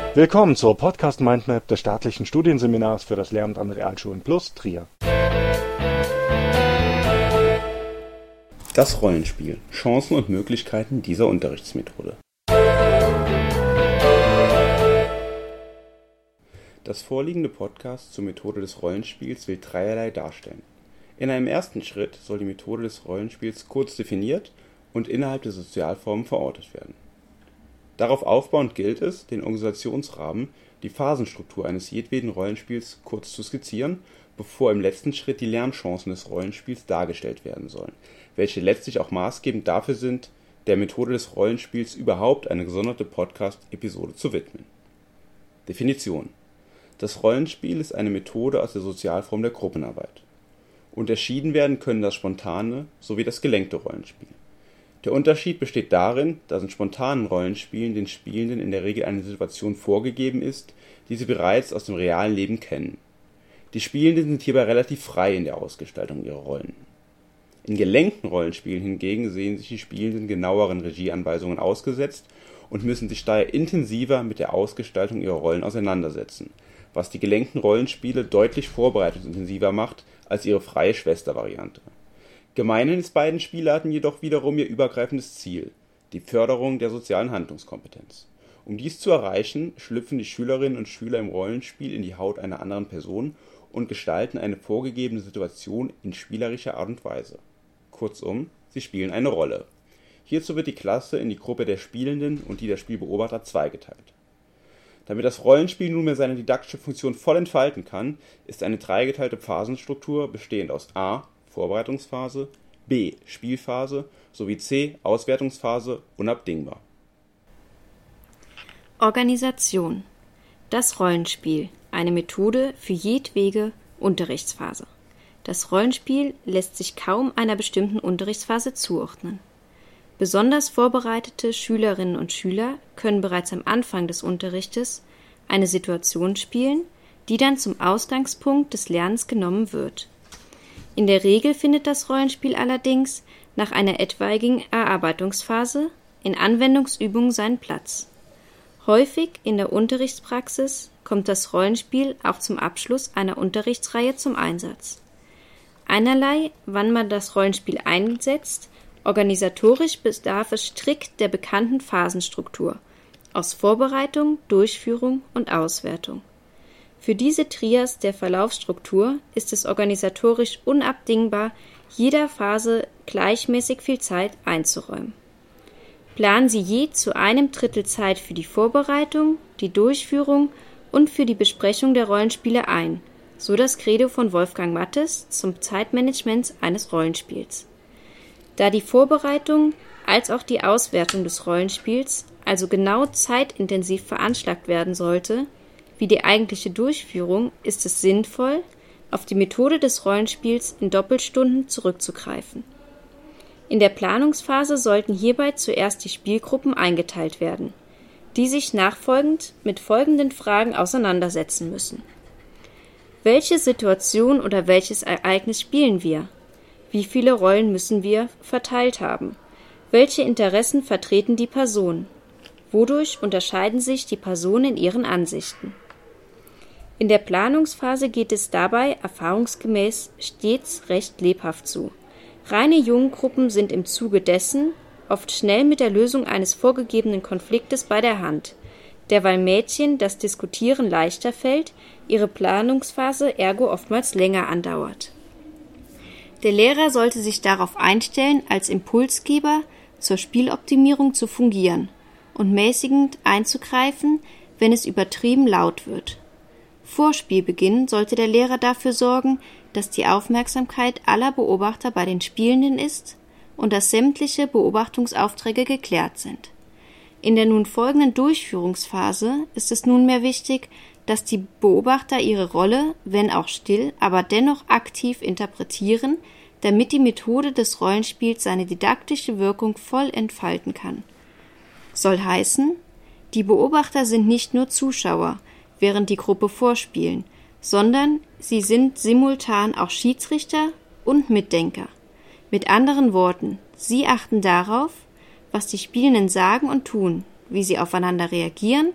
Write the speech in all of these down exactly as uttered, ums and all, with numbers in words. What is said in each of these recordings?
Willkommen zur Podcast Mindmap des staatlichen Studienseminars für das Lehramt an Realschulen Plus Trier. Das Rollenspiel. Chancen und Möglichkeiten dieser Unterrichtsmethode. Das vorliegende Podcast zur Methode des Rollenspiels will dreierlei darstellen. In einem ersten Schritt soll die Methode des Rollenspiels kurz definiert und innerhalb der Sozialformen verortet werden. Darauf aufbauend gilt es, den Organisationsrahmen, die Phasenstruktur eines jedweden Rollenspiels kurz zu skizzieren, bevor im letzten Schritt die Lernchancen des Rollenspiels dargestellt werden sollen, welche letztlich auch maßgebend dafür sind, der Methode des Rollenspiels überhaupt eine gesonderte Podcast-Episode zu widmen. Definition: Das Rollenspiel ist eine Methode aus der Sozialform der Gruppenarbeit. Unterschieden werden können das spontane sowie das gelenkte Rollenspiel. Der Unterschied besteht darin, dass in spontanen Rollenspielen den Spielenden in der Regel eine Situation vorgegeben ist, die sie bereits aus dem realen Leben kennen. Die Spielenden sind hierbei relativ frei in der Ausgestaltung ihrer Rollen. In gelenkten Rollenspielen hingegen sehen sich die Spielenden genaueren Regieanweisungen ausgesetzt und müssen sich daher intensiver mit der Ausgestaltung ihrer Rollen auseinandersetzen, was die gelenkten Rollenspiele deutlich vorbereitungsintensiver macht als ihre freie Schwestervariante. Gemeinhin ist beiden Spielarten jedoch wiederum ihr übergreifendes Ziel, die Förderung der sozialen Handlungskompetenz. Um dies zu erreichen, schlüpfen die Schülerinnen und Schüler im Rollenspiel in die Haut einer anderen Person und gestalten eine vorgegebene Situation in spielerischer Art und Weise. Kurzum, sie spielen eine Rolle. Hierzu wird die Klasse in die Gruppe der Spielenden und die der Spielbeobachter zweigeteilt. Damit das Rollenspiel nunmehr seine didaktische Funktion voll entfalten kann, ist eine dreigeteilte Phasenstruktur bestehend aus a. Vorbereitungsphase, b. Spielphase sowie c. Auswertungsphase unabdingbar. Organisation. Das Rollenspiel. Eine Methode für jedwege Unterrichtsphase. Das Rollenspiel lässt sich kaum einer bestimmten Unterrichtsphase zuordnen. Besonders vorbereitete Schülerinnen und Schüler können bereits am Anfang des Unterrichtes eine Situation spielen, die dann zum Ausgangspunkt des Lernens genommen wird. In der Regel findet das Rollenspiel allerdings nach einer etwaigen Erarbeitungsphase in Anwendungsübungen seinen Platz. Häufig in der Unterrichtspraxis kommt das Rollenspiel auch zum Abschluss einer Unterrichtsreihe zum Einsatz. Einerlei, wann man das Rollenspiel einsetzt, organisatorisch bedarf es strikt der bekannten Phasenstruktur aus Vorbereitung, Durchführung und Auswertung. Für diese Trias der Verlaufsstruktur ist es organisatorisch unabdingbar, jeder Phase gleichmäßig viel Zeit einzuräumen. Planen Sie je zu einem Drittel Zeit für die Vorbereitung, die Durchführung und für die Besprechung der Rollenspiele ein, so das Credo von Wolfgang Mattes zum Zeitmanagement eines Rollenspiels. Da die Vorbereitung als auch die Auswertung des Rollenspiels also genau zeitintensiv veranschlagt werden sollte, wie die eigentliche Durchführung, ist es sinnvoll, auf die Methode des Rollenspiels in Doppelstunden zurückzugreifen. In der Planungsphase sollten hierbei zuerst die Spielgruppen eingeteilt werden, die sich nachfolgend mit folgenden Fragen auseinandersetzen müssen. Welche Situation oder welches Ereignis spielen wir? Wie viele Rollen müssen wir verteilt haben? Welche Interessen vertreten die Personen? Wodurch unterscheiden sich die Personen in ihren Ansichten? In der Planungsphase geht es dabei erfahrungsgemäß stets recht lebhaft zu. Reine Junggruppen sind im Zuge dessen oft schnell mit der Lösung eines vorgegebenen Konfliktes bei der Hand, derweil Mädchen das Diskutieren leichter fällt, ihre Planungsphase ergo oftmals länger andauert. Der Lehrer sollte sich darauf einstellen, als Impulsgeber zur Spieloptimierung zu fungieren und mäßigend einzugreifen, wenn es übertrieben laut wird. Vor Spielbeginn sollte der Lehrer dafür sorgen, dass die Aufmerksamkeit aller Beobachter bei den Spielenden ist und dass sämtliche Beobachtungsaufträge geklärt sind. In der nun folgenden Durchführungsphase ist es nunmehr wichtig, dass die Beobachter ihre Rolle, wenn auch still, aber dennoch aktiv interpretieren, damit die Methode des Rollenspiels seine didaktische Wirkung voll entfalten kann. Soll heißen, die Beobachter sind nicht nur Zuschauer, während die Gruppe vorspielen, sondern sie sind simultan auch Schiedsrichter und Mitdenker. Mit anderen Worten, sie achten darauf, was die Spielenden sagen und tun, wie sie aufeinander reagieren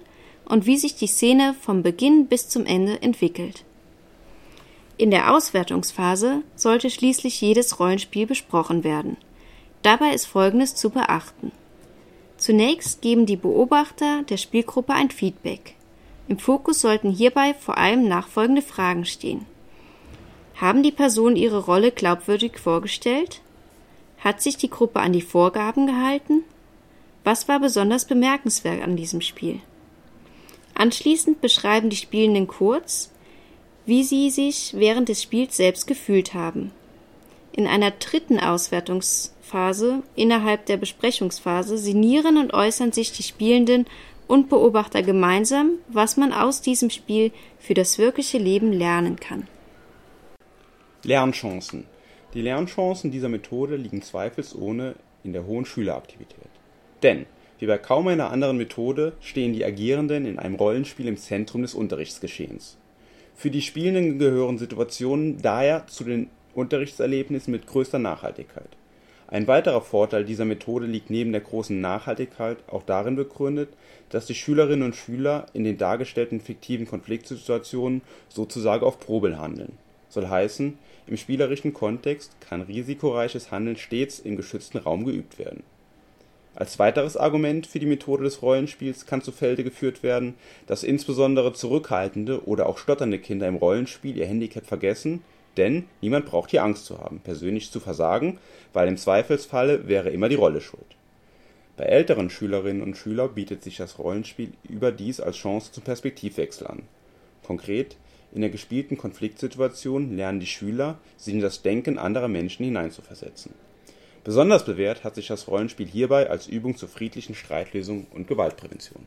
und wie sich die Szene vom Beginn bis zum Ende entwickelt. In der Auswertungsphase sollte schließlich jedes Rollenspiel besprochen werden. Dabei ist Folgendes zu beachten. Zunächst geben die Beobachter der Spielgruppe ein Feedback. Im Fokus sollten hierbei vor allem nachfolgende Fragen stehen. Haben die Personen ihre Rolle glaubwürdig vorgestellt? Hat sich die Gruppe an die Vorgaben gehalten? Was war besonders bemerkenswert an diesem Spiel? Anschließend beschreiben die Spielenden kurz, wie sie sich während des Spiels selbst gefühlt haben. In einer dritten Auswertungsphase innerhalb der Besprechungsphase sinnieren und äußern sich die Spielenden und Beobachter gemeinsam, was man aus diesem Spiel für das wirkliche Leben lernen kann. Lernchancen. Die Lernchancen dieser Methode liegen zweifelsohne in der hohen Schüleraktivität. Denn, wie bei kaum einer anderen Methode, stehen die Agierenden in einem Rollenspiel im Zentrum des Unterrichtsgeschehens. Für die Spielenden gehören Situationen daher zu den Unterrichtserlebnissen mit größter Nachhaltigkeit. Ein weiterer Vorteil dieser Methode liegt neben der großen Nachhaltigkeit auch darin begründet, dass die Schülerinnen und Schüler in den dargestellten fiktiven Konfliktsituationen sozusagen auf Probe handeln. Soll heißen, im spielerischen Kontext kann risikoreiches Handeln stets im geschützten Raum geübt werden. Als weiteres Argument für die Methode des Rollenspiels kann zu Felde geführt werden, dass insbesondere zurückhaltende oder auch stotternde Kinder im Rollenspiel ihr Handicap vergessen, denn niemand braucht hier Angst zu haben, persönlich zu versagen, weil im Zweifelsfalle wäre immer die Rolle schuld. Bei älteren Schülerinnen und Schülern bietet sich das Rollenspiel überdies als Chance zum Perspektivwechsel an. Konkret, in der gespielten Konfliktsituation lernen die Schüler, sich in das Denken anderer Menschen hineinzuversetzen. Besonders bewährt hat sich das Rollenspiel hierbei als Übung zur friedlichen Streitlösung und Gewaltprävention.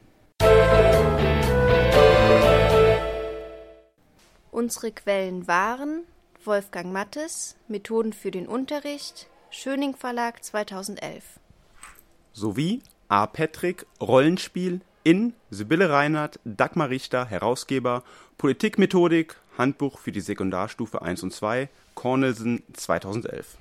Unsere Quellen waren Wolfgang Mattes, Methoden für den Unterricht, Schöning Verlag zweitausendelf. Sowie A. Petrik, Rollenspiel in Sibylle Reinhardt, Dagmar Richter, Herausgeber, Politikmethodik, Handbuch für die Sekundarstufe eins und zwei, Cornelsen zweitausendelf.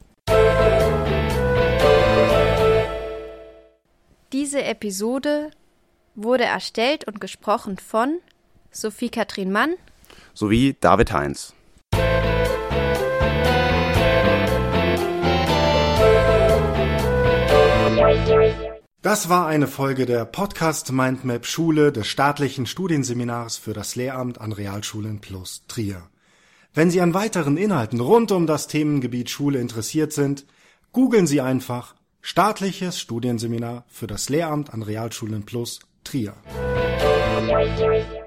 Diese Episode wurde erstellt und gesprochen von Sophie Kathrin Mann sowie David Heinz. Das war eine Folge der Podcast Mindmap Schule des staatlichen Studienseminars für das Lehramt an Realschulen plus Trier. Wenn Sie an weiteren Inhalten rund um das Themengebiet Schule interessiert sind, googeln Sie einfach Staatliches Studienseminar für das Lehramt an Realschulen plus Trier.